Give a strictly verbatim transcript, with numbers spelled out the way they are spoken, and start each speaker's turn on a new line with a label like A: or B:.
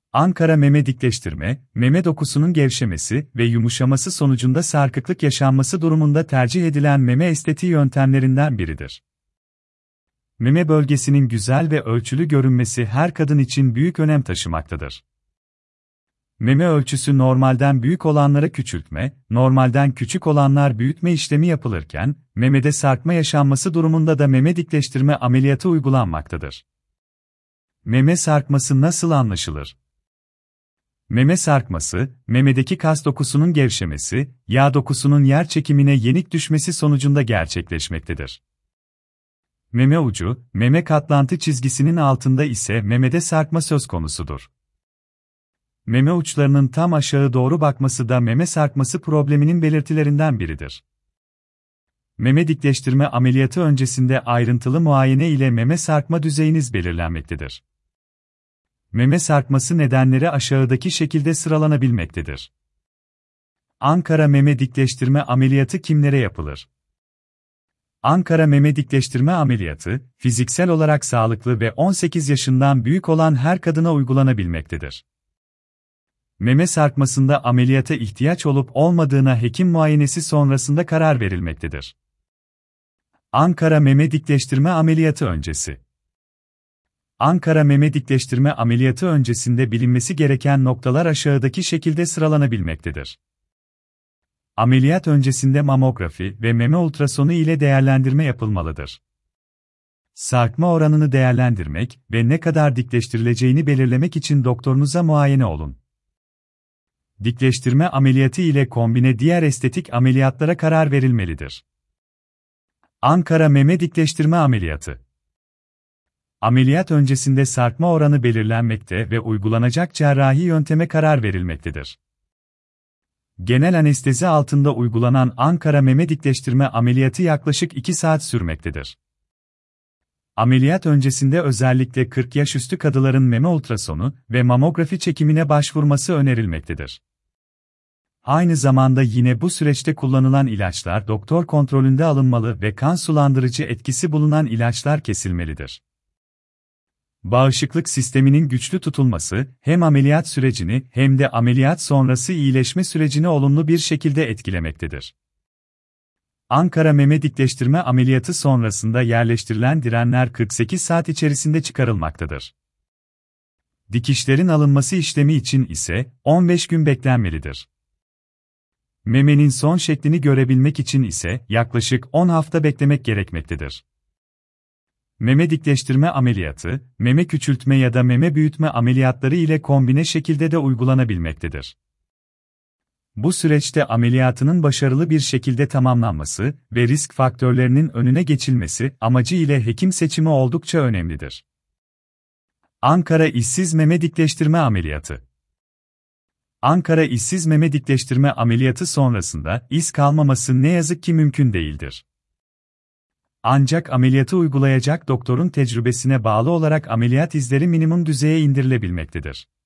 A: Ankara meme dikleştirme, meme dokusunun gevşemesi ve yumuşaması sonucunda sarkıklık yaşanması durumunda tercih edilen meme estetiği yöntemlerinden biridir. Meme bölgesinin güzel ve ölçülü görünmesi her kadın için büyük önem taşımaktadır. Meme ölçüsü normalden büyük olanlara küçültme, normalden küçük olanlar büyütme işlemi yapılırken, memede sarkma yaşanması durumunda da meme dikleştirme ameliyatı uygulanmaktadır. Meme sarkması nasıl anlaşılır? Meme sarkması, memedeki kas dokusunun gevşemesi, yağ dokusunun yer çekimine yenik düşmesi sonucunda gerçekleşmektedir. Meme ucu, meme katlantı çizgisinin altında ise memede sarkma söz konusudur. Meme uçlarının tam aşağı doğru bakması da meme sarkması probleminin belirtilerinden biridir. Meme dikleştirme ameliyatı öncesinde ayrıntılı muayene ile meme sarkma düzeyiniz belirlenmektedir. Meme sarkması nedenleri aşağıdaki şekilde sıralanabilmektedir. Ankara meme dikleştirme ameliyatı kimlere yapılır? Ankara meme dikleştirme ameliyatı, fiziksel olarak sağlıklı ve on sekiz yaşından büyük olan her kadına uygulanabilmektedir. Meme sarkmasında ameliyata ihtiyaç olup olmadığına hekim muayenesi sonrasında karar verilmektedir. Ankara meme dikleştirme ameliyatı öncesi. Ankara meme dikleştirme ameliyatı öncesinde bilinmesi gereken noktalar aşağıdaki şekilde sıralanabilmektedir. Ameliyat öncesinde mamografi ve meme ultrasonu ile değerlendirme yapılmalıdır. Sarkma oranını değerlendirmek ve ne kadar dikleştirileceğini belirlemek için doktorunuza muayene olun. Dikleştirme ameliyatı ile kombine diğer estetik ameliyatlara karar verilmelidir. Ankara meme dikleştirme ameliyatı. Ameliyat öncesinde sarkma oranı belirlenmekte ve uygulanacak cerrahi yönteme karar verilmektedir. Genel anestezi altında uygulanan Ankara meme dikleştirme ameliyatı yaklaşık iki saat sürmektedir. Ameliyat öncesinde özellikle kırk yaş üstü kadınların meme ultrasonu ve mamografi çekimine başvurması önerilmektedir. Aynı zamanda yine bu süreçte kullanılan ilaçlar doktor kontrolünde alınmalı ve kan sulandırıcı etkisi bulunan ilaçlar kesilmelidir. Bağışıklık sisteminin güçlü tutulması, hem ameliyat sürecini hem de ameliyat sonrası iyileşme sürecini olumlu bir şekilde etkilemektedir. Ankara meme dikleştirme ameliyatı sonrasında yerleştirilen direnler kırk sekiz saat içerisinde çıkarılmaktadır. Dikişlerin alınması işlemi için ise on beş gün beklenmelidir. Memenin son şeklini görebilmek için ise yaklaşık on hafta beklemek gerekmektedir. Meme dikleştirme ameliyatı, meme küçültme ya da meme büyütme ameliyatları ile kombine şekilde de uygulanabilmektedir. Bu süreçte ameliyatının başarılı bir şekilde tamamlanması ve risk faktörlerinin önüne geçilmesi amacı ile hekim seçimi oldukça önemlidir. Ankara İşsiz Meme Dikleştirme Ameliyatı. Ankara İşsiz Meme Dikleştirme Ameliyatı sonrasında iz kalmaması ne yazık ki mümkün değildir. Ancak ameliyatı uygulayacak doktorun tecrübesine bağlı olarak ameliyat izleri minimum düzeye indirilebilmektedir.